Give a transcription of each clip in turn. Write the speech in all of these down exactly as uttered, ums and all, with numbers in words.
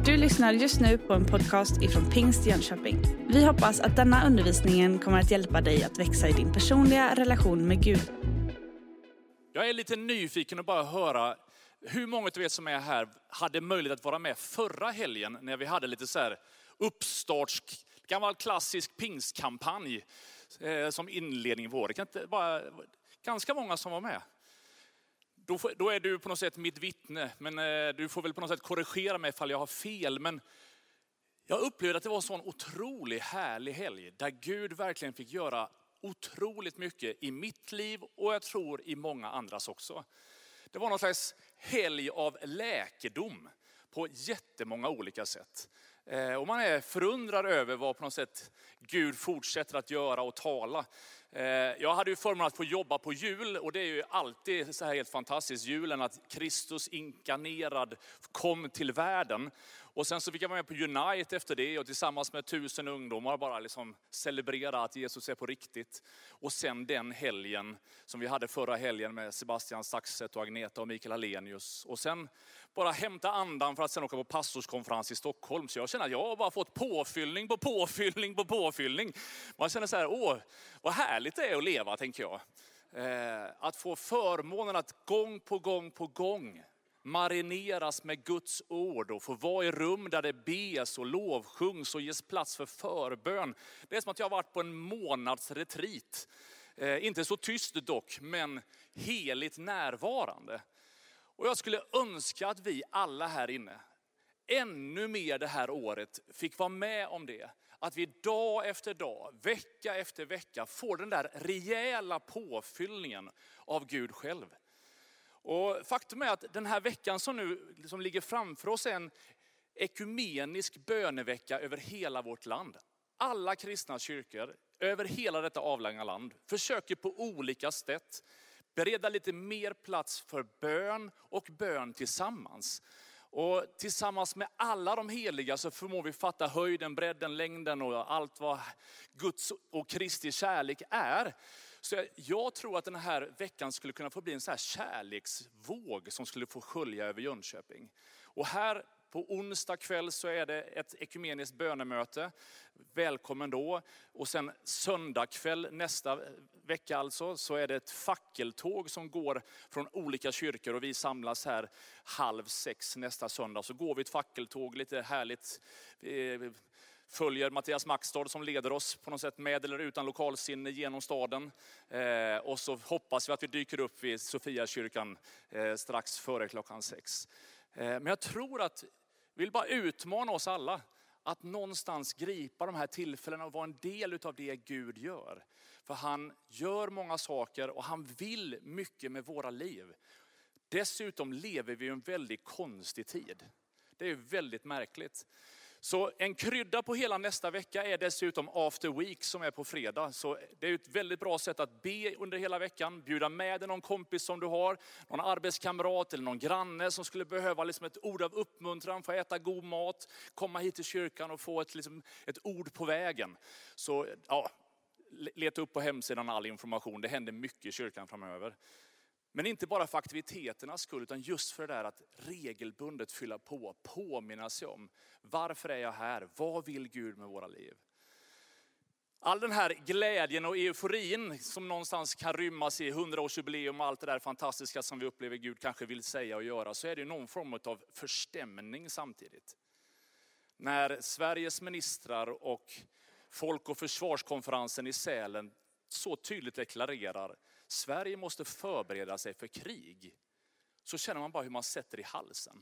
Du lyssnar just nu på en podcast ifrån Pingst Jönköping. Vi hoppas att denna undervisning kommer att hjälpa dig att växa i din personliga relation med Gud. Jag är lite nyfiken att bara höra hur många av er som är här hade möjlighet att vara med förra helgen när vi hade lite så här uppstarts, gammal klassisk pingstkampanj eh, som inledning på året. Det kan inte bara ganska många som var med. Då, får, då är du på något sätt mitt vittne, men eh, du får väl på något sätt korrigera mig ifall jag har fel. Men jag upplevde att det var en sån otroligt härlig helg där Gud verkligen fick göra otroligt mycket i mitt liv och jag tror i många andras också. Det var någon slags helg av läkedom på jättemånga olika sätt. Eh, och man är förundrad över vad på något sätt Gud fortsätter att göra och tala. Eh, jag hade ju förmånen att få jobba på jul och det är ju alltid så här helt fantastiskt. Julen att Kristus inkarnerad kom till världen. Och sen så fick jag vara med på Unite efter det och tillsammans med tusen ungdomar bara liksom celebrera att Jesus är på riktigt. Och sen den helgen som vi hade förra helgen med Sebastian Saxet och Agneta och Mikael Alenius. Och sen bara hämta andan för att sen åka på pastorskonferens i Stockholm. Så jag känner att jag har bara fått påfyllning på påfyllning på påfyllning. Man känner så här, åh vad härligt det är att leva, tänker jag. Eh, att få förmånen att gång på gång på gång marineras med Guds ord och få vara i rum där det bes och lovsjungs och ges plats för förbön. Det är som att jag har varit på en månads retreat. Eh, inte så tyst dock, men heligt närvarande. Och jag skulle önska att vi alla här inne, ännu mer det här året, fick vara med om det. Att vi dag efter dag, vecka efter vecka får den där rejäla påfyllningen av Gud själv. Och faktum är att den här veckan som nu som ligger framför oss är en ekumenisk bönevecka över hela vårt land. Alla kristna kyrkor över hela detta avlånga land försöker på olika sätt bereda lite mer plats för bön och bön tillsammans. Och tillsammans med alla de heliga så förmår vi fatta höjden, bredden, längden och allt vad Guds och Kristi kärlek är. Så jag, jag tror att den här veckan skulle kunna få bli en så här kärleksvåg som skulle få skölja över Jönköping. Och här på onsdag kväll så är det ett ekumeniskt bönemöte. Välkommen då. Och sen söndag kväll nästa vecka alltså så är det ett fackeltåg som går från olika kyrkor. Och vi samlas här halv sex nästa söndag. Så går vi ett fackeltåg, lite härligt. Vi följer Mattias Maxstad som leder oss på något sätt med eller utan lokalsinne genom staden. Eh, och så hoppas vi att vi dyker upp vid Sofiakyrkan eh, strax före klockan sex. Eh, men jag tror att vi vill bara utmana oss alla att någonstans gripa de här tillfällena och vara en del av det Gud gör. För han gör många saker och han vill mycket med våra liv. Dessutom lever vi i en väldigt konstig tid. Det är väldigt märkligt. Så en krydda på hela nästa vecka är dessutom After Week som är på fredag. Så det är ett väldigt bra sätt att be under hela veckan. Bjuda med dig någon kompis som du har. Någon arbetskamrat eller någon granne som skulle behöva liksom ett ord av uppmuntran för att äta god mat. Komma hit till kyrkan och få ett, liksom, ett ord på vägen. Så ja, leta upp på hemsidan all information. Det händer mycket i kyrkan framöver. Men inte bara för aktiviteternas skull utan just för det där att regelbundet fylla på, påminna sig om varför är jag här, vad vill Gud med våra liv. All den här glädjen och euforin som någonstans kan rymmas i hundraårsjubileum och allt det där fantastiska som vi upplever Gud kanske vill säga och göra, så är det någon form av förstämning samtidigt. När Sveriges ministrar och folk- och försvarskonferensen i Sälen så tydligt deklarerar Sverige måste förbereda sig för krig, så känner man bara hur man sätter i halsen.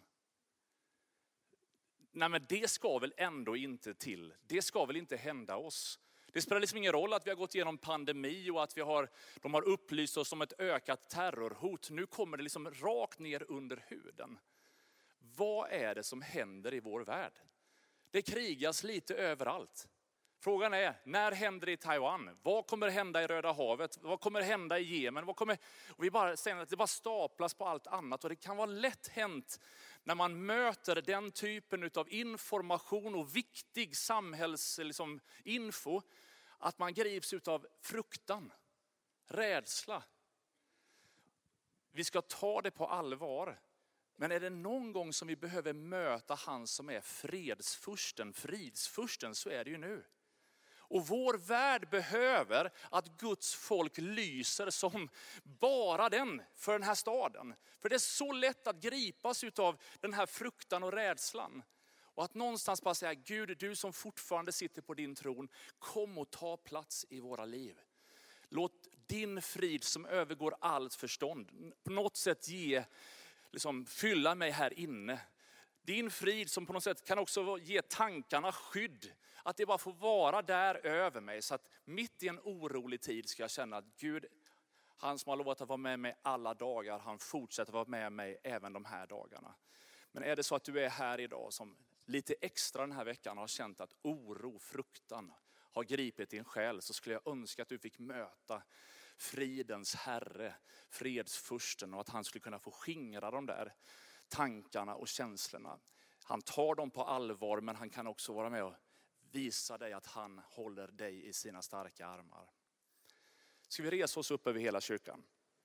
Nej, men det ska väl ändå inte till. Det ska väl inte hända oss. Det spelar liksom ingen roll att vi har gått igenom pandemi och att vi har, de har upplyst oss om ett ökat terrorhot. Nu kommer det liksom rakt ner under huden. Vad är det som händer i vår värld? Det krigas lite överallt. Frågan är, när händer det i Taiwan? Vad kommer hända i Röda havet? Vad kommer hända i Jemen? Vad kommer... Och vi bara säger att det bara staplas på allt annat. Och det kan vara lätt hänt när man möter den typen av information och viktig samhällsinfo. Liksom, info, att man grips av fruktan, rädsla. Vi ska ta det på allvar. Men är det någon gång som vi behöver möta han som är fredsfursten, fridsfursten, så är det ju nu. Och vår värld behöver att Guds folk lyser som bara den för den här staden. För det är så lätt att gripas av den här fruktan och rädslan. Och att någonstans bara säga, Gud, du som fortfarande sitter på din tron, kom och ta plats i våra liv. Låt din frid som övergår allt förstånd på något sätt ge, liksom fylla mig här inne. Din frid som på något sätt kan också ge tankarna skydd. Att det bara får vara där över mig. Så att mitt i en orolig tid ska jag känna att Gud, han som har lovat att vara med mig alla dagar, han fortsätter vara med mig även de här dagarna. Men är det så att du är här idag som lite extra den här veckan har känt att oro, fruktan har gripit din själ, så skulle jag önska att du fick möta fridens Herre, fredsfursten, och att han skulle kunna få skingra de där tankarna och känslorna. Han tar dem på allvar, men han kan också vara med och visa dig att han håller dig i sina starka armar. Ska vi resa oss upp över hela kyrkan?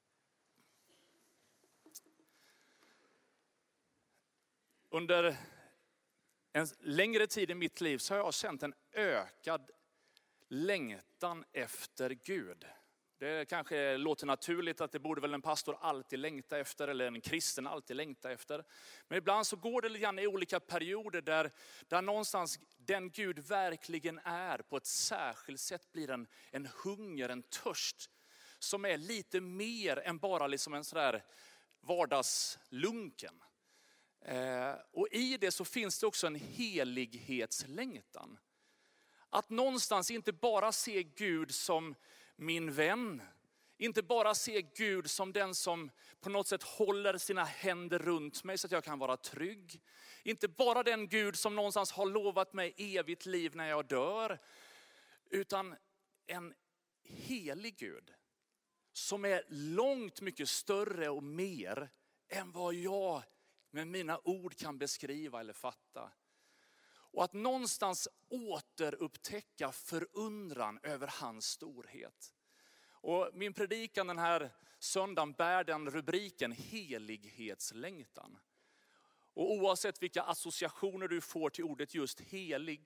Under en längre tid i mitt liv så har jag känt en ökad längtan efter Gud. Det kanske låter naturligt att det borde väl en pastor alltid längta efter, eller en kristen alltid längta efter. Men ibland så går det lite grann i olika perioder där, där någonstans den Gud verkligen är på ett särskilt sätt blir en, en hunger, en törst som är lite mer än bara liksom en sådär vardagslunken. Eh, och i det så finns det också en helighetslängtan. Att någonstans inte bara se Gud som min vän. Inte bara se Gud som den som på något sätt håller sina händer runt mig så att jag kan vara trygg. Inte bara den Gud som någonstans har lovat mig evigt liv när jag dör. Utan en helig Gud som är långt mycket större och mer än vad jag med mina ord kan beskriva eller fatta. Och att någonstans återupptäcka förundran över hans storhet. Och min predikan den här söndagen bär den rubriken helighetslängtan. Och oavsett vilka associationer du får till ordet just helig,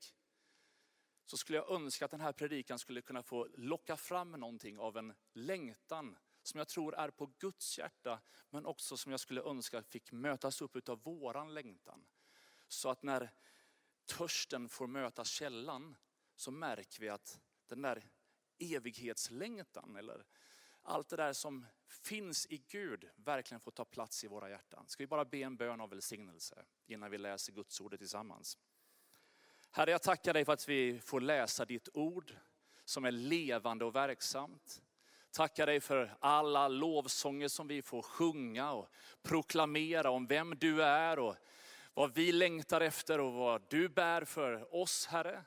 så skulle jag önska att den här predikan skulle kunna få locka fram någonting av en längtan som jag tror är på Guds hjärta, men också som jag skulle önska fick mötas upp av våran längtan. Så att när törsten får möta källan så märker vi att den där evighetslängtan eller allt det där som finns i Gud verkligen får ta plats i våra hjärtan. Ska vi bara be en bön av välsignelse innan vi läser Guds ord tillsammans. Herre, jag tackar dig för att vi får läsa ditt ord som är levande och verksamt. Tackar dig för alla lovsånger som vi får sjunga och proklamera om vem du är och vad vi längtar efter och vad du bär för oss, Herre.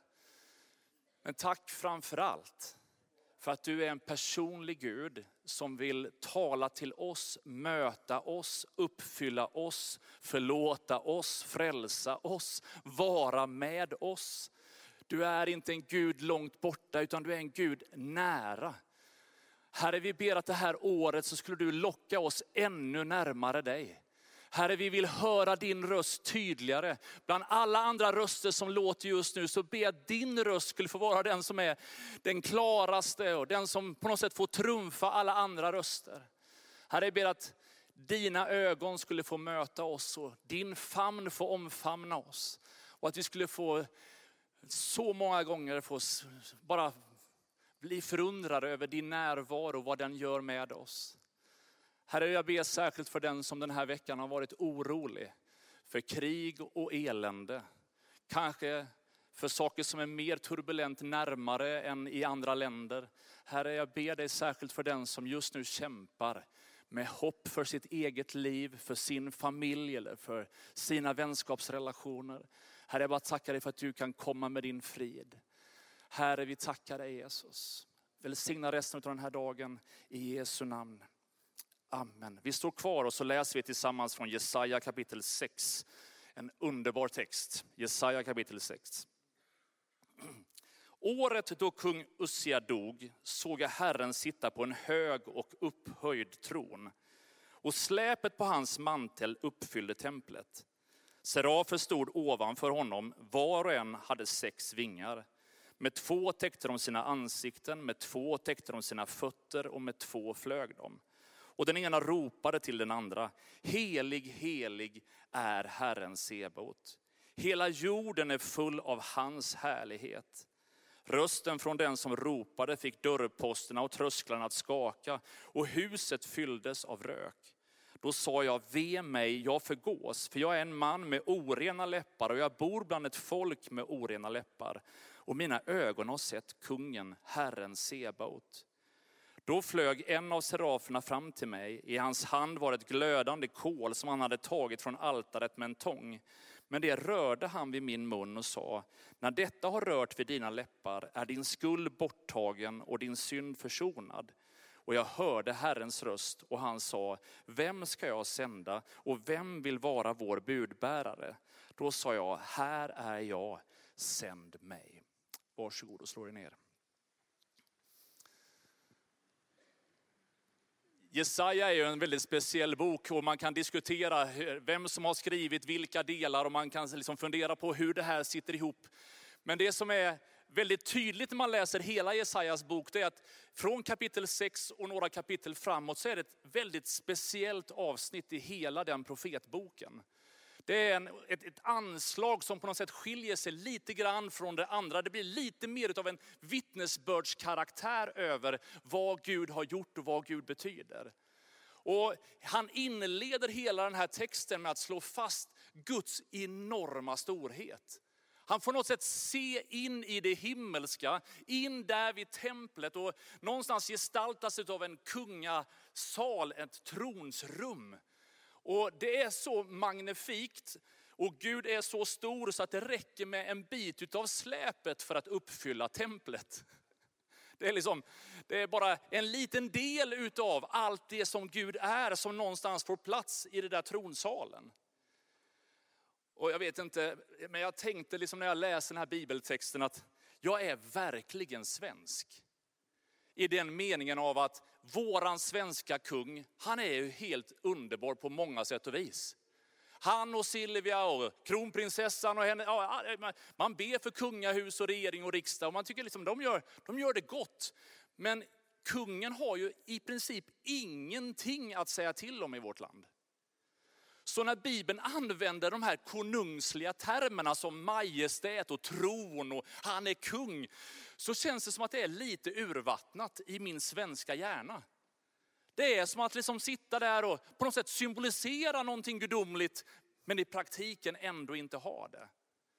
Men tack framför allt för att du är en personlig Gud som vill tala till oss, möta oss, uppfylla oss, förlåta oss, frälsa oss, vara med oss. Du är inte en Gud långt borta utan du är en Gud nära. Herre, vi ber att det här året så skulle du locka oss ännu närmare dig. Herre, vi vill höra din röst tydligare. Bland alla andra röster som låter just nu så ber jag att din röst skulle få vara den som är den klaraste och den som på något sätt får trumfa alla andra röster. Herre, jag ber att dina ögon skulle få möta oss och din famn få omfamna oss. Och att vi skulle få så många gånger få bara bli förundrade över din närvaro och vad den gör med oss. Herre, jag ber särskilt för den som den här veckan har varit orolig för krig och elände. Kanske för saker som är mer turbulent närmare än i andra länder. Herre, jag ber dig särskilt för den som just nu kämpar med hopp för sitt eget liv, för sin familj eller för sina vänskapsrelationer. Herre, jag bara tackar dig för att du kan komma med din frid. Herre, vi tackar dig Jesus. Välsigna resten av den här dagen i Jesu namn. Amen. Vi står kvar och så läser vi tillsammans från Jesaja kapitel sex. En underbar text. Jesaja kapitel sex. Året då kung Ussia dog såg jag Herren sitta på en hög och upphöjd tron. och släpet på hans mantel uppfyllde templet. Serafer stod ovanför honom, var och en hade sex vingar. Med två täckte de sina ansikten, med två täckte de sina fötter och med två flög de. Och den ena ropade till den andra: helig, helig är Herren Sebaot. Hela jorden är full av hans härlighet. Rösten från den som ropade fick dörrposterna och trösklarna att skaka, och huset fylldes av rök. Då sa jag: ve mig, jag förgås, för jag är en man med orena läppar och jag bor bland ett folk med orena läppar. Och mina ögon har sett kungen, Herren Sebaot. Då flög en av seraferna fram till mig. I hans hand var ett glödande kol som han hade tagit från altaret med en tång. Men det rörde han vid min mun och sa: när detta har rört vid dina läppar är din skuld borttagen och din synd försonad. Och jag hörde Herrens röst och han sa: vem ska jag sända och vem vill vara vår budbärare? Då sa jag: här är jag, sänd mig. Varsågod och slå er ner. Jesaja är ju en väldigt speciell bok och man kan diskutera vem som har skrivit vilka delar och man kan liksom fundera på hur det här sitter ihop. Men det som är väldigt tydligt när man läser hela Jesajas bok, det är att från kapitel sex och några kapitel framåt så är det ett väldigt speciellt avsnitt i hela den profetboken. Det är en, ett, ett anslag som på något sätt skiljer sig lite grann från det andra. Det blir lite mer av en vittnesbördskaraktär över vad Gud har gjort och vad Gud betyder. Och han inleder hela den här texten med att slå fast Guds enorma storhet. Han får något sätt se in i det himmelska, in där vid templet och någonstans gestaltas av en kungasal, ett tronsrum. Och det är så magnifikt och Gud är så stor så att det räcker med en bit av släpet för att uppfylla templet. Det är, liksom, det är bara en liten del utav allt det som Gud är som någonstans får plats i det där tronsalen. Och jag vet inte, men jag tänkte liksom när jag läste den här bibeltexten att jag är verkligen svensk. I den meningen av att våran svenska kung, han är ju helt underbar på många sätt och vis. Han och Silvia och kronprinsessan och henne, ja, man ber för kungahus och regering och riksdag och man tycker liksom de gör, de gör det gott. Men kungen har ju i princip ingenting att säga till om i vårt land. Så när Bibeln använder de här konungsliga termerna som majestät och tron och han är kung, så känns det som att det är lite urvattnat i min svenska hjärna. Det är som att liksom sitta där och på något sätt symbolisera någonting gudomligt, men i praktiken ändå inte ha det.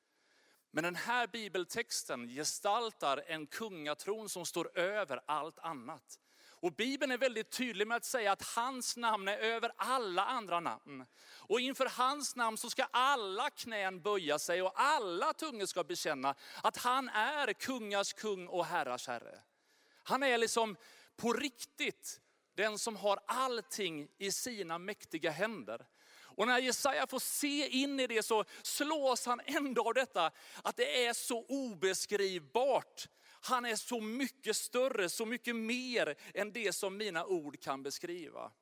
Men den här bibeltexten gestaltar en kungatron som står över allt annat. Och Bibeln är väldigt tydlig med att säga att hans namn är över alla andra namn. Och inför hans namn så ska alla knän böja sig och alla tungor ska bekänna att han är kungars kung och herrars herre. Han är liksom på riktigt den som har allting i sina mäktiga händer. Och när Jesaja får se in i det så slås han ändå av detta att det är så obeskrivbart. Han är så mycket större, så mycket mer än det som mina ord kan beskriva.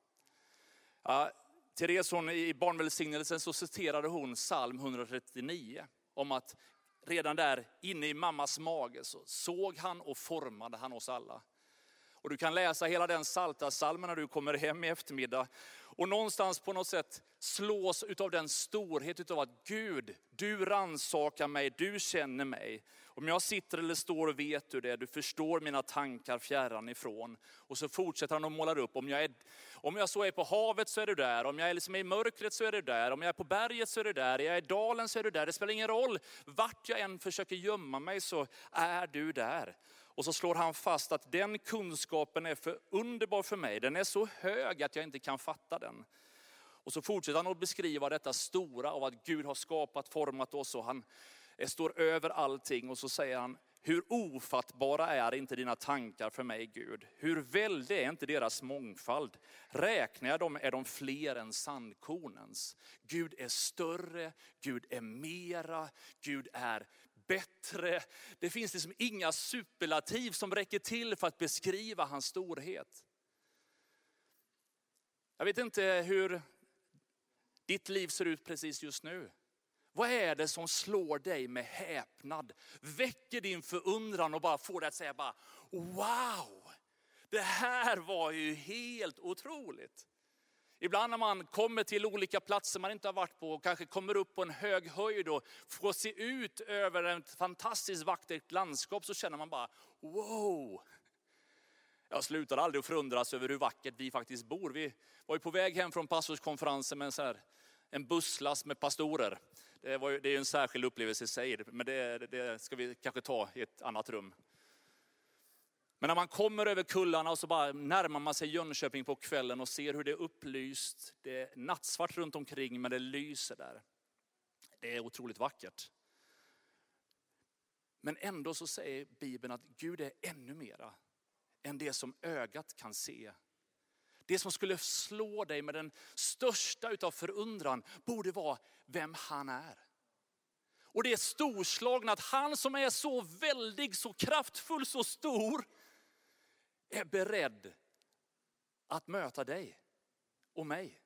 Ja, Therese, hon, i barnvälsignelsen så citerade hon psalm etthundratrettionio om att redan där inne i mammas mage så såg han och formade han oss alla. Och du kan läsa hela den Psaltarpsalmen när du kommer hem i eftermiddag. Och någonstans på något sätt slås utav den storhet utav att Gud, du rannsakar mig, du känner mig. Om jag sitter eller står vet du det, du förstår mina tankar fjärran ifrån. Och så fortsätter han och målar upp, om jag, är, om jag så är på havet så är du där, om jag är liksom i mörkret så är du där, om jag är på berget så är du där, jag är i dalen så är du där. Det spelar ingen roll, vart jag än försöker gömma mig så är du där. Och så slår han fast att den kunskapen är för underbar för mig. Den är så hög att jag inte kan fatta den. Och så fortsätter han att beskriva detta stora av att Gud har skapat, format oss och han står över allting. Och så säger han, hur ofattbara är inte dina tankar för mig Gud? Hur väldigt är inte deras mångfald? Räknar jag dem är de fler än sandkornens. Gud är större, Gud är mera, Gud är bättre. Det finns liksom inga superlativ som räcker till för att beskriva hans storhet. Jag vet inte hur ditt liv ser ut precis just nu. Vad är det som slår dig med häpnad? Väcker din förundran och bara får dig att säga bara, wow, det här var ju helt otroligt. Ibland när man kommer till olika platser man inte har varit på och kanske kommer upp på en hög höjd och får se ut över ett fantastiskt vackert landskap, så känner man bara, wow. Jag slutar aldrig att förundras över hur vackert vi faktiskt bor. Vi var ju på väg hem från pastorskonferensen med en, så här, en busslast med pastorer. Det, var ju, det är en särskild upplevelse i sig, men det, det ska vi kanske ta i ett annat rum. Men när man kommer över kullarna och så bara närmar man sig Jönköping på kvällen och ser hur det är upplyst. Det är nattsvart runt omkring men det lyser där. Det är otroligt vackert. Men ändå så säger Bibeln att Gud är ännu mera än det som ögat kan se. Det som skulle slå dig med den största utav förundran borde vara vem han är. Och det är storslagen att han som är så väldig, så kraftfull, så stor är beredd att möta dig och mig.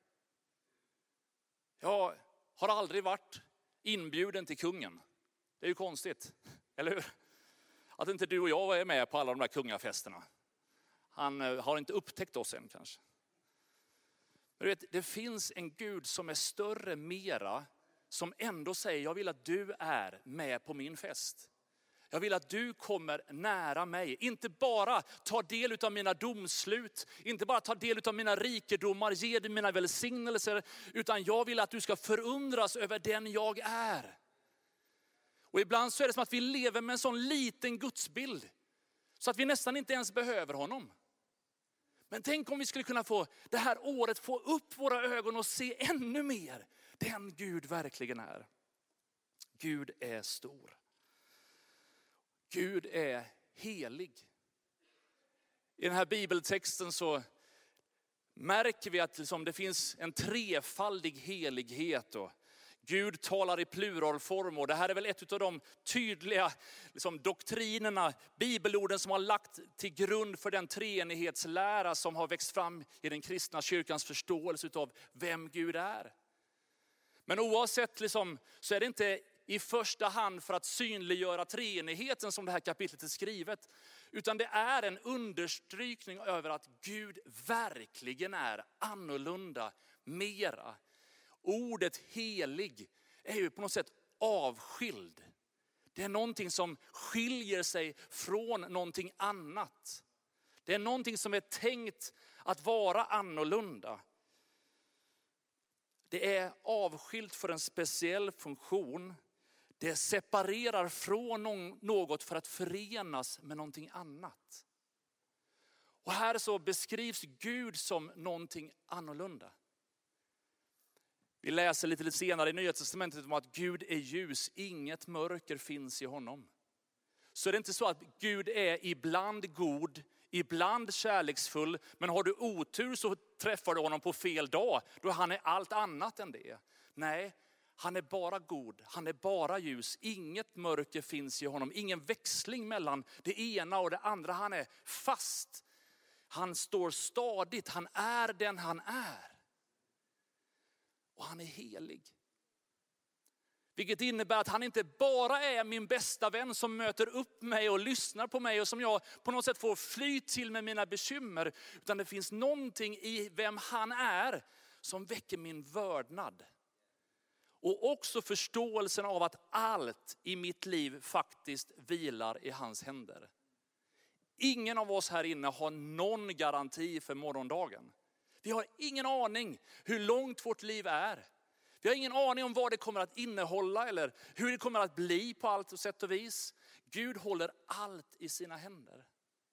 Jag har aldrig varit inbjuden till kungen. Det är ju konstigt, eller hur? Att inte du och jag är med på alla de där kungafesterna. Han har inte upptäckt oss än kanske. Men du vet, det finns en Gud som är större mera, som ändå säger, jag vill att du är med på min fest. Jag vill att du kommer nära mig. Inte bara ta del av mina domslut. Inte bara ta del av mina rikedomar. Ge dig mina välsignelser. Utan jag vill att du ska förundras över den jag är. Och ibland så är det som att vi lever med en sån liten gudsbild. Så att vi nästan inte ens behöver honom. Men tänk om vi skulle kunna få det här året få upp våra ögon och se ännu mer den Gud verkligen är. Gud är stor. Gud är helig. I den här bibeltexten så märker vi att liksom det finns en trefaldig helighet. Och Gud talar i pluralform, och det här är väl ett av de tydliga liksom, doktrinerna, bibelorden som har lagt till grund för den treenighetslära som har växt fram i den kristna kyrkans förståelse av vem Gud är. Men oavsett liksom, så är det inte i första hand för att synliggöra treenigheten som det här kapitlet är skrivet. Utan det är en understrykning över att Gud verkligen är annorlunda, mera. Ordet helig är ju på något sätt avskild. Det är någonting som skiljer sig från någonting annat. Det är någonting som är tänkt att vara annorlunda. Det är avskilt för en speciell funktion. Det separerar från något för att förenas med någonting annat. Och här så beskrivs Gud som någonting annorlunda. Vi läser lite, lite senare i Nya testamentet om att Gud är ljus, inget mörker finns i honom. Så är det inte så att Gud är ibland god, ibland kärleksfull, men har du otur så träffar du honom på fel dag, då han är allt annat än det. Nej, han är bara god, han är bara ljus, inget mörker finns i honom, ingen växling mellan det ena och det andra, han är fast. Han står stadigt, han är den han är. Och han är helig. Vilket innebär att han inte bara är min bästa vän som möter upp mig och lyssnar på mig och som jag på något sätt får fly till med mina bekymmer. Utan det finns någonting i vem han är som väcker min vördnad. Och också förståelsen av att allt i mitt liv faktiskt vilar i hans händer. Ingen av oss här inne har någon garanti för morgondagen. Vi har ingen aning hur långt vårt liv är. Vi har ingen aning om vad det kommer att innehålla eller hur det kommer att bli på allt sätt och vis. Gud håller allt i sina händer.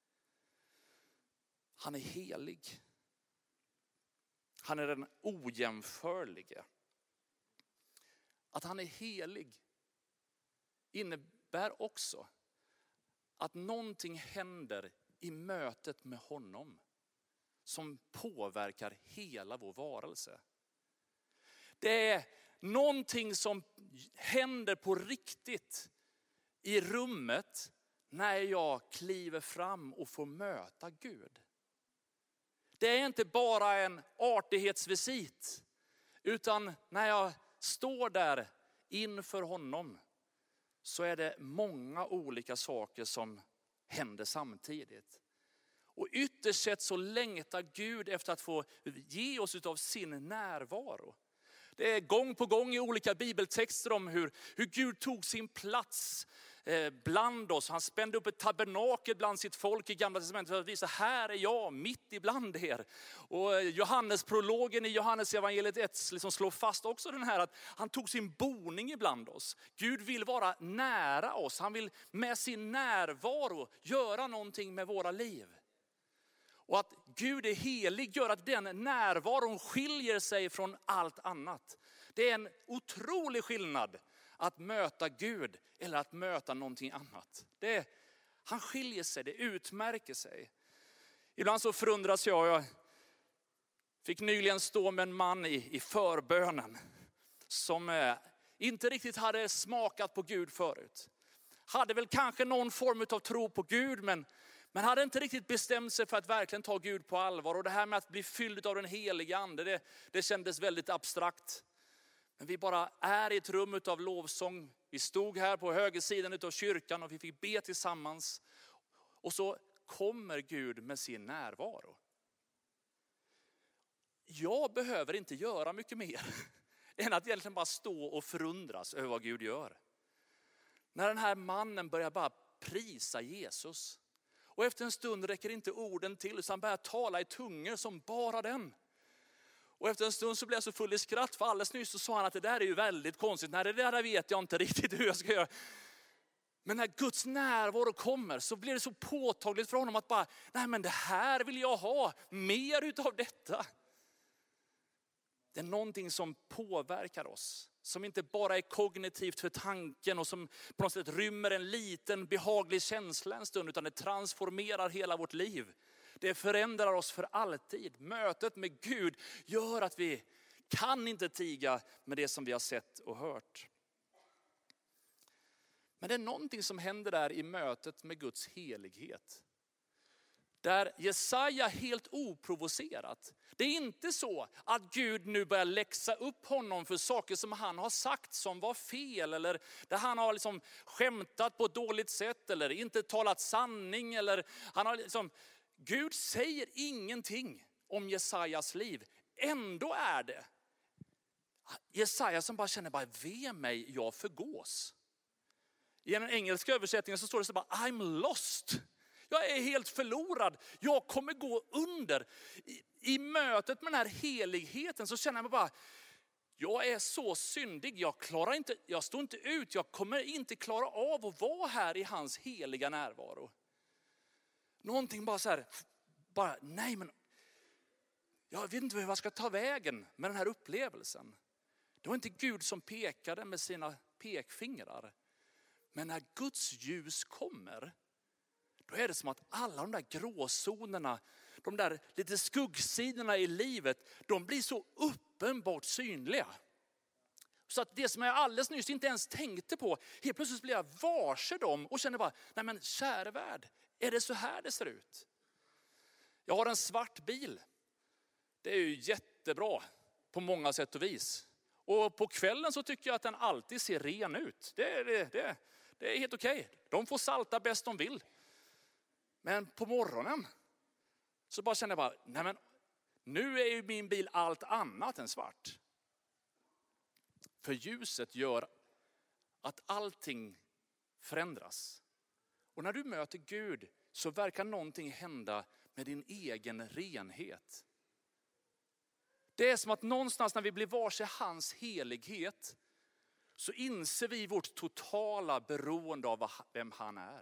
Han är helig. Han är den ojämförlige. Att han är helig innebär också att någonting händer i mötet med honom som påverkar hela vår varelse. Det är någonting som händer på riktigt i rummet när jag kliver fram och får möta Gud. Det är inte bara en artighetsvisit, utan när jag står där inför honom så är det många olika saker som händer samtidigt. Och ytterst sett så längtar Gud efter att få ge oss av sin närvaro. Det är gång på gång i olika bibeltexter om hur, hur Gud tog sin plats eh, bland oss. Han spände upp ett tabernakel bland sitt folk i Gamla testamentet för att visa, här är jag mitt ibland er. Och Johannes prologen i Johannes evangeliet ett liksom slår fast också den här att han tog sin boning ibland oss. Gud vill vara nära oss. Han vill med sin närvaro göra någonting med våra liv. Och att Gud är helig gör att den närvaron skiljer sig från allt annat. Det är en otrolig skillnad att möta Gud eller att möta någonting annat. Det är, han skiljer sig, det utmärker sig. Ibland så förundras jag. Jag fick nyligen stå med en man i, i förbönen som eh, inte riktigt hade smakat på Gud förut. Hade väl kanske någon form av tro på Gud, men Men hade inte riktigt bestämt sig för att verkligen ta Gud på allvar. Och det här med att bli fylld av den heliga ande, det, det kändes väldigt abstrakt. Men vi bara är i ett rum av lovsång. Vi stod här på högersidan av kyrkan och vi fick be tillsammans. Och så kommer Gud med sin närvaro. Jag behöver inte göra mycket mer än att egentligen bara stå och förundras över vad Gud gör. När den här mannen börjar bara prisa Jesus. Och efter en stund räcker inte orden till, så han börjar tala i tungor som bara den. Och efter en stund så blir jag så full i skratt, för alldeles nyss så sa han att det där är ju väldigt konstigt. Nej, det där vet jag inte riktigt hur jag ska göra. Men när Guds närvaro kommer så blir det så påtagligt för honom att bara, nej men det här vill jag ha, mer utav detta. Det är någonting som påverkar oss. Som inte bara är kognitivt för tanken och som på något sätt rymmer en liten behaglig känsla en stund, utan det transformerar hela vårt liv. Det förändrar oss för alltid. Mötet med Gud gör att vi kan inte tiga med det som vi har sett och hört. Men det är någonting som händer där i mötet med Guds helighet. Där Jesaja helt oprovocerat. Det är inte så att Gud nu börjar läxa upp honom för saker som han har sagt som var fel. Eller där han har liksom skämtat på ett dåligt sätt. Eller inte talat sanning. Eller han har liksom, Gud säger ingenting om Jesajas liv. Ändå är det Jesaja som bara känner, bara ve mig, jag förgås. I den engelska översättningen så står det så bara, I'm lost. Jag är helt förlorad. Jag kommer gå under. I, I mötet med den här heligheten så känner jag mig bara, jag är så syndig. Jag klarar inte, jag står inte ut. Jag kommer inte klara av att vara här i hans heliga närvaro. Någonting bara så här, bara nej men, jag vet inte hur jag ska ta vägen med den här upplevelsen. Det var inte Gud som pekade med sina pekfingrar. Men när Guds ljus kommer, då är det som att alla de där gråzonerna, de där lite skuggsidorna i livet, de blir så uppenbart synliga. Så att det som jag alldeles nyss inte ens tänkte på, helt plötsligt blir jag varse dem och känner bara, nej men kära värld, är det så här det ser ut? Jag har en svart bil. Det är ju jättebra på många sätt och vis. Och på kvällen så tycker jag att den alltid ser ren ut. Det, det, det, det är helt okej. De får salta bäst de vill. Men på morgonen så bara känner jag bara, nej men nu är ju min bil allt annat än svart. För ljuset gör att allting förändras. Och när du möter Gud så verkar någonting hända med din egen renhet. Det är som att någonstans när vi blir varse hans helighet så inser vi vårt totala beroende av vem han är.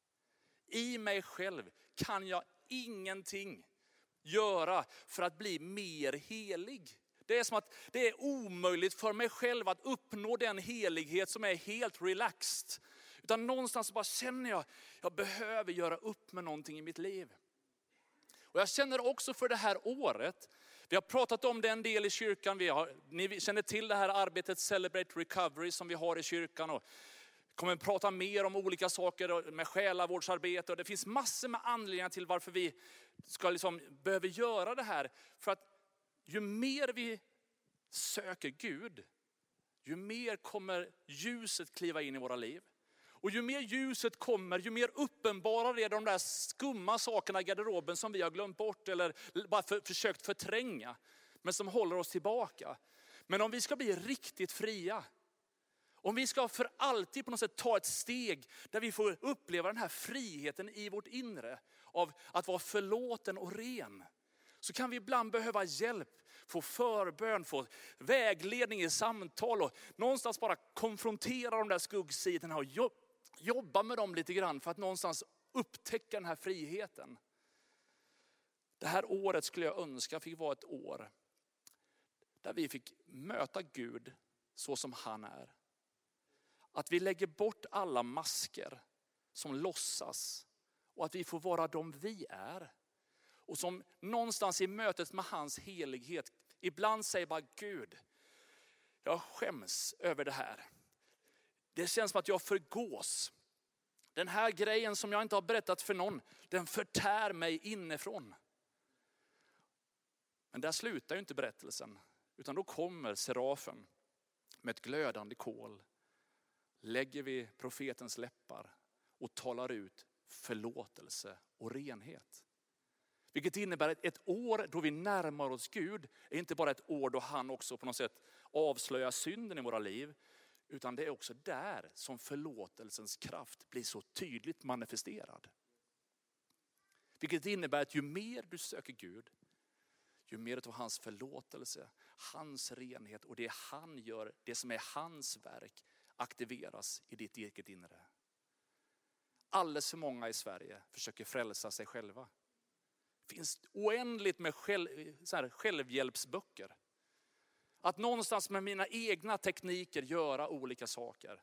I mig själv kan jag ingenting göra för att bli mer helig. Det är som att det är omöjligt för mig själv att uppnå den helighet som är helt relaxed. Utan någonstans bara känner jag, jag behöver göra upp med någonting i mitt liv. Och jag känner också för det här året, vi har pratat om det en del i kyrkan. Vi har, ni känner till det här arbetet Celebrate Recovery som vi har i kyrkan. Och kommer att prata mer om olika saker med själavårdsarbete. Och det finns massor med anledningar till varför vi ska liksom, behöver göra det här. För att ju mer vi söker Gud, ju mer kommer ljuset kliva in i våra liv. Och ju mer ljuset kommer, ju mer uppenbara är de där skumma sakerna i garderoben som vi har glömt bort eller bara för, försökt förtränga. Men som håller oss tillbaka. Men om vi ska bli riktigt fria, om vi ska för alltid på något sätt ta ett steg där vi får uppleva den här friheten i vårt inre av att vara förlåten och ren, så kan vi ibland behöva hjälp, få förbön, få vägledning i samtal och någonstans bara konfrontera de där skuggsidorna och jobba med dem lite grann för att någonstans upptäcka den här friheten. Det här året skulle jag önska fick vara ett år där vi fick möta Gud så som han är. Att vi lägger bort alla masker som låtsas och att vi får vara de vi är. Och som någonstans i mötet med hans helighet ibland säger bara Gud, jag skäms över det här. Det känns som att jag förgås. Den här grejen som jag inte har berättat för någon, den förtär mig inifrån. Men där slutar ju inte berättelsen. Utan då kommer serafen med ett glödande kol. Lägger vi profetens läppar och talar ut förlåtelse och renhet. Vilket innebär att ett år då vi närmar oss Gud är inte bara ett år då han också på något sätt avslöjar synden i våra liv. Utan det är också där som förlåtelsens kraft blir så tydligt manifesterad. Vilket innebär att ju mer du söker Gud, ju mer av hans förlåtelse, hans renhet och det han gör, det som är hans verk, aktiveras i ditt eget inre. Alldeles för många i Sverige försöker frälsa sig själva. Det finns oändligt med själv, så här, självhjälpsböcker. Att någonstans med mina egna tekniker göra olika saker.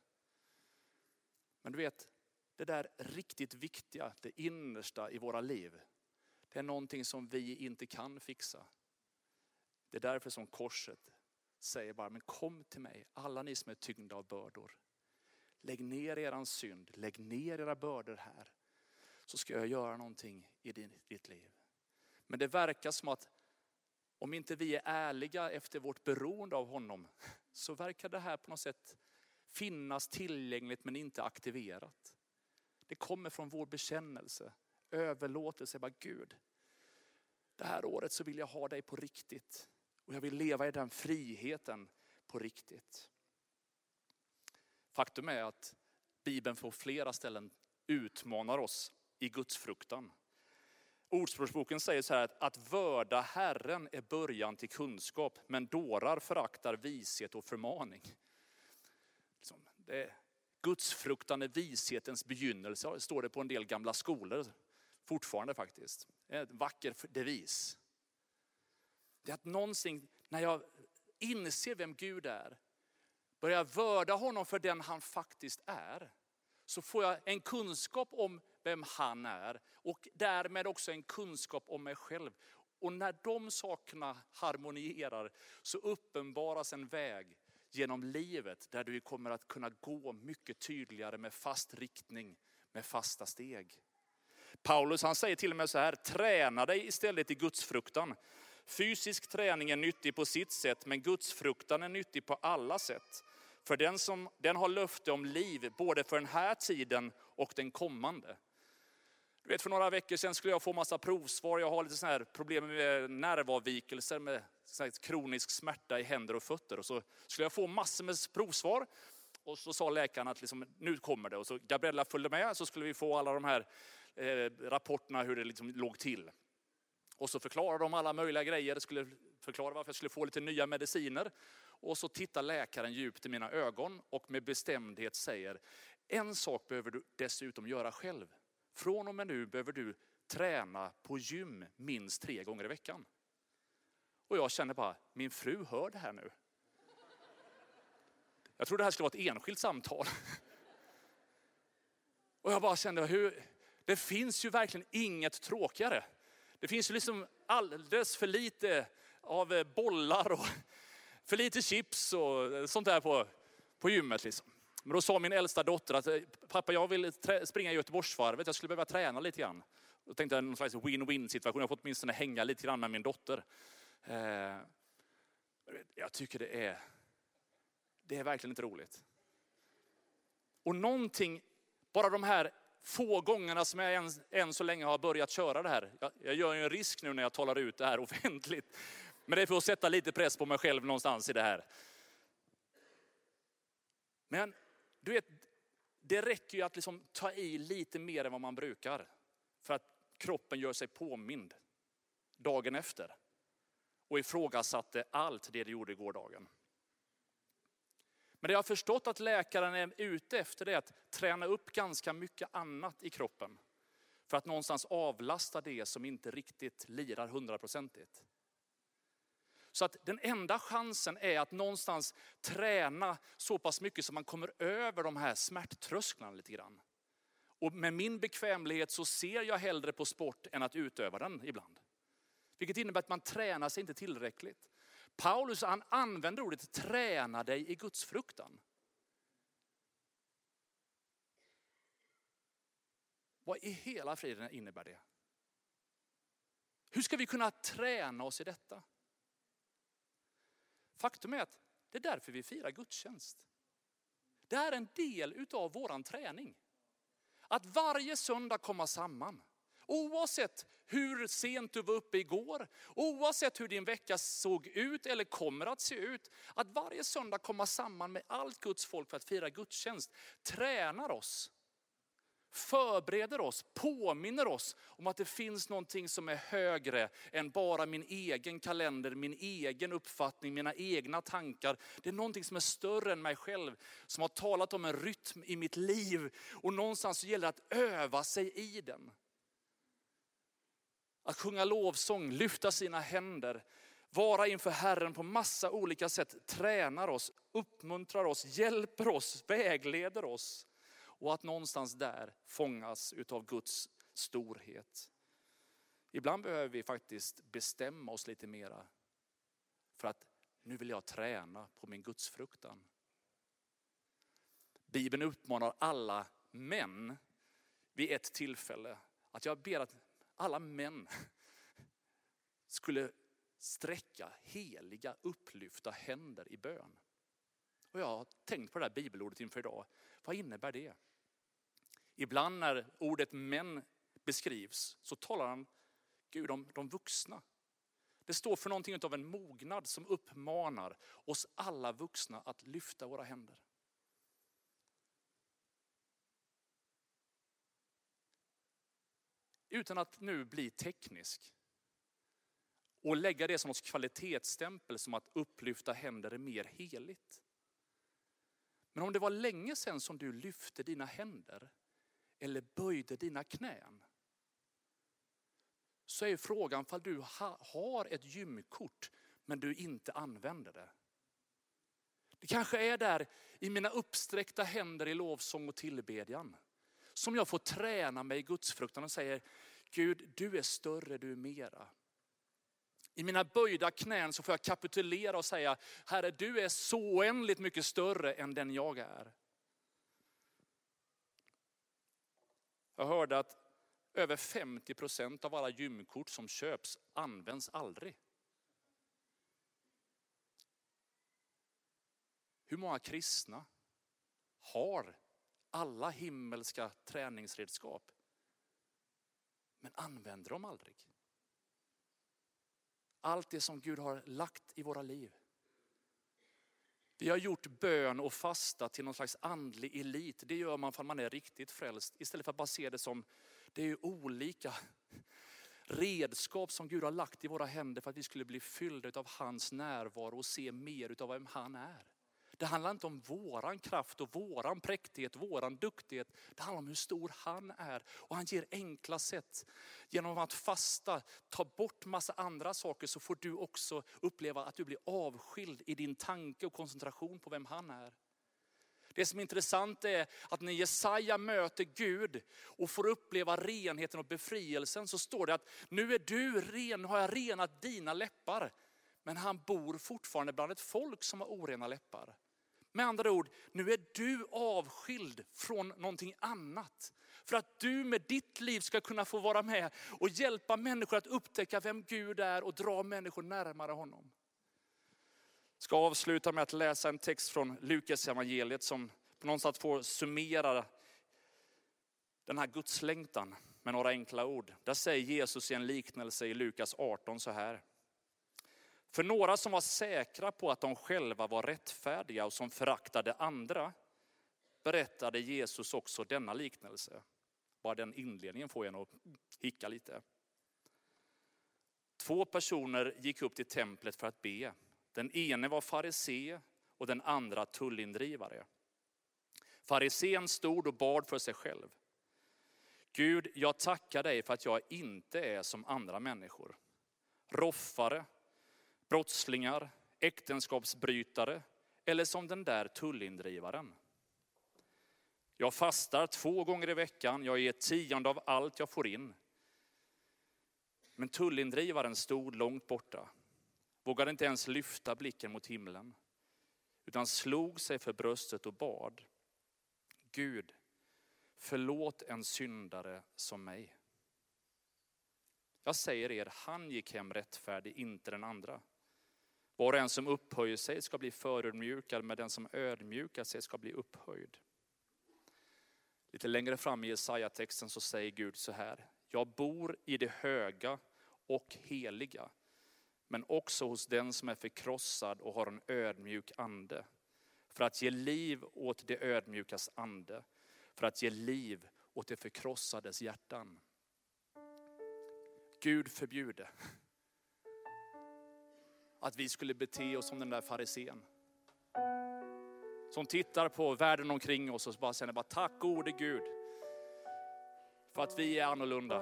Men du vet, det där riktigt viktiga, det innersta i våra liv. Det är någonting som vi inte kan fixa. Det är därför som korset säger bara, men kom till mig, alla ni som är tyngda av bördor. Lägg ner eran synd, lägg ner era bördor här. Så ska jag göra någonting i ditt liv. Men det verkar som att om inte vi är ärliga efter vårt beroende av honom, så verkar det här på något sätt finnas tillgängligt men inte aktiverat. Det kommer från vår bekännelse, överlåtelse, bara Gud. Det här året så vill jag ha dig på riktigt. Och jag vill leva i den friheten på riktigt. Faktum är att Bibeln på flera ställen utmanar oss i Guds fruktan. Ordspråksboken säger så här att, att vörda Herren är början till kunskap, men dårar föraktar vishet och förmaning. Det är, Guds fruktan är vishetens begynnelse, står det på en del gamla skolor fortfarande faktiskt. Det är en vacker devis. Det är att någonsin, när jag inser vem Gud är, börjar vörda honom för den han faktiskt är, så får jag en kunskap om vem han är och därmed också en kunskap om mig själv. Och när de sakerna harmonierar så uppenbaras en väg genom livet där du kommer att kunna gå mycket tydligare med fast riktning, med fasta steg. Paulus han säger till och med så här, träna dig istället i Guds fruktan. Fysisk träning är nyttig på sitt sätt, men Guds fruktan är nyttig på alla sätt. För den, som, den har löfte om liv både för den här tiden och den kommande. Du vet, för några veckor sedan skulle jag få massa provsvar. Jag har lite sån här problem med nervavvikelser, med sån här kronisk smärta i händer och fötter. Och så skulle jag få massor med provsvar. Och så sa läkaren att liksom, nu kommer det. Och så Gabriella följde med, så skulle vi få alla de här eh, rapporterna hur det liksom låg till. Och så förklarade de alla möjliga grejer. Skulle förklara varför jag skulle få lite nya mediciner. Och så tittar läkaren djupt i mina ögon och med bestämdhet säger, en sak behöver du dessutom göra själv. Från och med nu behöver du träna på gym minst tre gånger i veckan. Och jag känner bara, min fru hör det här nu. Jag tror det här skulle vara ett enskilt samtal. Och jag bara kände, hur, det finns ju verkligen inget tråkigare. Det finns ju liksom alldeles för lite av bollar och för lite chips och sånt där på, på gymmet liksom. Men då sa min äldsta dotter att pappa, jag vill trä, springa i Göteborgsvarvet, jag skulle behöva träna lite grann. Jag tänkte en slags win-win situation. Jag har fått åtminstone hänga lite grann med min dotter. Eh, jag tycker det är, det är verkligen inte roligt. Och någonting, bara de här få gångerna som jag än, än så länge har börjat köra det här. Jag, jag gör ju en risk nu när jag talar ut det här offentligt. Men det är för att sätta lite press på mig själv någonstans i det här. Men du vet, det räcker ju att liksom ta i lite mer än vad man brukar. För att kroppen gör sig påmind dagen efter. Och ifrågasatte allt det det gjorde i gårdagen. Men det jag har förstått att läkaren är ute efter det är att träna upp ganska mycket annat i kroppen. För att någonstans avlasta det som inte riktigt lirar hundraprocentigt. Så att den enda chansen är att någonstans träna så pass mycket så man kommer över de här smärttrösklarna lite grann. Och med min bekvämlighet så ser jag hellre på sport än att utöva den ibland. Vilket innebär att man tränar sig inte tillräckligt. Paulus han använder ordet träna dig i Guds fruktan. Vad i hela friden innebär det? Hur ska vi kunna träna oss i detta? Faktum är att det är därför vi firar gudstjänst. Det är en del utav våran träning. Att varje söndag komma samman. Oavsett hur sent du var uppe igår, oavsett hur din vecka såg ut eller kommer att se ut. Att varje söndag komma samman med allt Guds folk för att fira gudstjänst tränar oss. Förbereder oss, påminner oss om att det finns någonting som är högre än bara min egen kalender, min egen uppfattning, mina egna tankar. Det är någonting som är större än mig själv, som har talat om en rytm i mitt liv. Och någonstans gäller det att öva sig i den. Att sjunga lovsång, lyfta sina händer, vara inför Herren på massa olika sätt, tränar oss, uppmuntrar oss, hjälper oss, vägleder oss. Och att någonstans där fångas utav Guds storhet. Ibland behöver vi faktiskt bestämma oss lite mera. För att nu vill jag träna på min gudsfruktan. Bibeln uppmanar alla män vid ett tillfälle. Att jag ber att alla män skulle sträcka heliga, upplyfta händer i bön. Och jag har tänkt på det här bibelordet inför idag. Vad innebär det? Ibland när ordet män beskrivs så talar han Gud om de vuxna. Det står för någonting av en mognad som uppmanar oss alla vuxna att lyfta våra händer. Utan att nu bli teknisk och lägga det som något kvalitetsstämpel som att upplyfta händer är mer heligt. Men om det var länge sedan som du lyfte dina händer eller böjde dina knän, så är frågan om du har ett gymkort men du inte använder det. Det kanske är där i mina uppsträckta händer i lovsång och tillbedjan som jag får träna mig i gudsfruktan och säger Gud, du är större, du är mera. I mina böjda knän så får jag kapitulera och säga Herre, du är så oändligt mycket större än den jag är. Jag hörde att över femtio procent av alla gymkort som köps används aldrig. Hur många kristna har alla himmelska träningsredskap men använder dem aldrig? Allt det som Gud har lagt i våra liv. Vi har gjort bön och fasta till någon slags andlig elit. Det gör man för att man är riktigt frälst. Istället för att bara se det som det är ju olika redskap som Gud har lagt i våra händer för att vi skulle bli fyllda av hans närvaro och se mer av vem han är. Det handlar inte om våran kraft och våran präktighet, våran duktighet. Det handlar om hur stor han är. Och han ger enkla sätt. Genom att fasta, ta bort massa andra saker, så får du också uppleva att du blir avskild i din tanke och koncentration på vem han är. Det som är intressant är att när Jesaja möter Gud och får uppleva renheten och befrielsen, så står det att nu är du ren, nu har jag renat dina läppar. Men han bor fortfarande bland ett folk som har orena läppar. Med andra ord, nu är du avskild från någonting annat. För att du med ditt liv ska kunna få vara med och hjälpa människor att upptäcka vem Gud är och dra människor närmare honom. Jag ska avsluta med att läsa en text från Lukas evangeliet som på något sätt får summera den här gudslängtan med några enkla ord. Där säger Jesus i en liknelse i Lukas arton så här. För några som var säkra på att de själva var rättfärdiga och som föraktade andra, berättade Jesus också denna liknelse. Bara den inledningen får en att hicka lite. Två personer gick upp till templet för att be. Den ene var farisé och den andra tullindrivare. Farisén stod och bad för sig själv. Gud, jag tackar dig för att jag inte är som andra människor. Roffare, brottslingar, äktenskapsbrytare eller som den där tullindrivaren. Jag fastar två gånger i veckan, jag ger tionde av allt jag får in. Men tullindrivaren stod långt borta, vågade inte ens lyfta blicken mot himlen, utan slog sig för bröstet och bad. Gud, förlåt en syndare som mig. Jag säger er, han gick hem rättfärdig, inte den andra. Var och en som upphöjer sig ska bli förödmjukad, men den som ödmjukar sig ska bli upphöjd. Lite längre fram i Jesaja-texten så säger Gud så här. Jag bor i det höga och heliga, men också hos den som är förkrossad och har en ödmjuk ande. För att ge liv åt det ödmjukas ande. För att ge liv åt det förkrossades hjärtan. Gud förbjude att vi skulle bete oss som den där farisén. Som tittar på världen omkring oss och bara säger bara tack gode Gud. För att vi är annorlunda.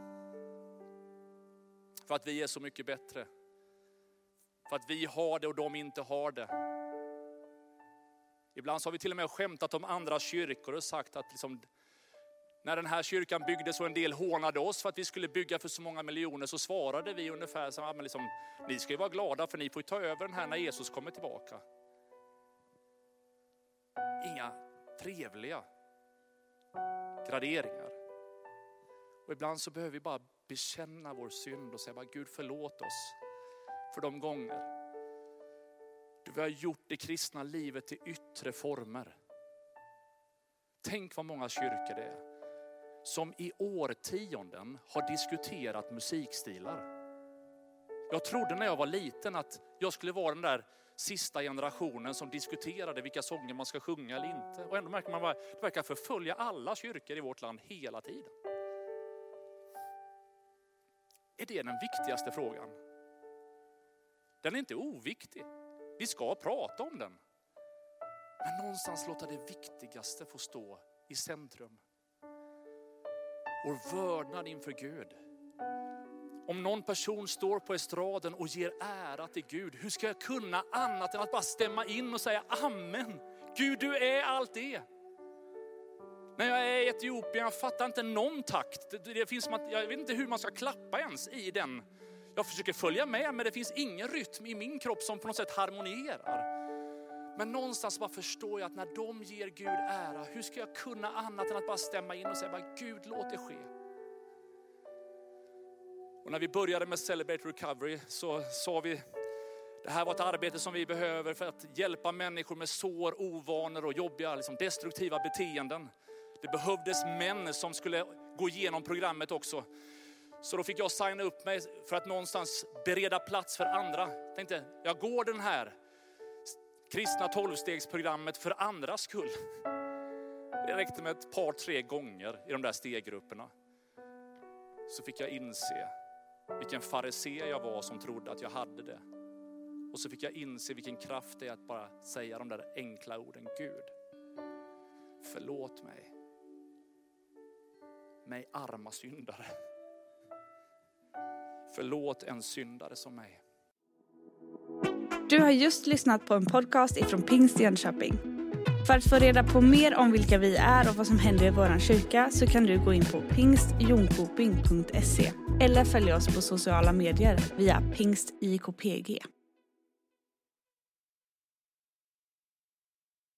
För att vi är så mycket bättre. För att vi har det och de inte har det. Ibland så har vi till och med skämtat om andra kyrkor och sagt att liksom, när den här kyrkan byggdes och en del hånade oss för att vi skulle bygga för så många miljoner, så svarade vi ungefär så här, liksom, ni ska ju vara glada för ni får ta över den här när Jesus kommer tillbaka. Inga trevliga graderingar. Och ibland så behöver vi bara bekänna vår synd och säga bara Gud förlåt oss för de gånger vi har gjort det kristna livet till yttre former. Tänk vad många kyrkor det är som i årtionden har diskuterat musikstilar. Jag trodde när jag var liten att jag skulle vara den där sista generationen som diskuterade vilka sånger man ska sjunga eller inte. Och ändå märker man att det verkar förfölja alla kyrkor i vårt land hela tiden. Är det den viktigaste frågan? Den är inte oviktig. Vi ska prata om den. Men någonstans låta det viktigaste få stå i centrum. Vår vördnad inför Gud. Om någon person står på estraden och ger ära till Gud, hur ska jag kunna annat än att bara stämma in och säga amen. Gud, du är allt det. När jag är i Etiopien, jag fattar inte någon takt. Det finns, jag vet inte hur man ska klappa ens i den. Jag försöker följa med, men det finns ingen rytm i min kropp som på något sätt harmonierar. Men någonstans bara förstår jag att när de ger Gud ära, hur ska jag kunna annat än att bara stämma in och säga bara, Gud, låt det ske. Och när vi började med Celebrate Recovery så sa vi, det här var ett arbete som vi behöver för att hjälpa människor med sår, ovanor och jobbiga, liksom destruktiva beteenden. Det behövdes män som skulle gå igenom programmet också. Så då fick jag signa upp mig för att någonstans bereda plats för andra. Jag tänkte, jag går den här kristna tolvstegsprogrammet för andras skull. Det räckte med ett par, tre gånger i de där steggrupperna. Så fick jag inse vilken farisé jag var som trodde att jag hade det. Och så fick jag inse vilken kraft det är att bara säga de där enkla orden. Gud, förlåt mig. Mig arma syndare. Förlåt en syndare som mig. Du har just lyssnat på en podcast ifrån Pingst Jönköping. För att få reda på mer om vilka vi är och vad som händer i vår kyrka så kan du gå in på pingst jonkoping punkt se eller följa oss på sociala medier via pingst I K P G.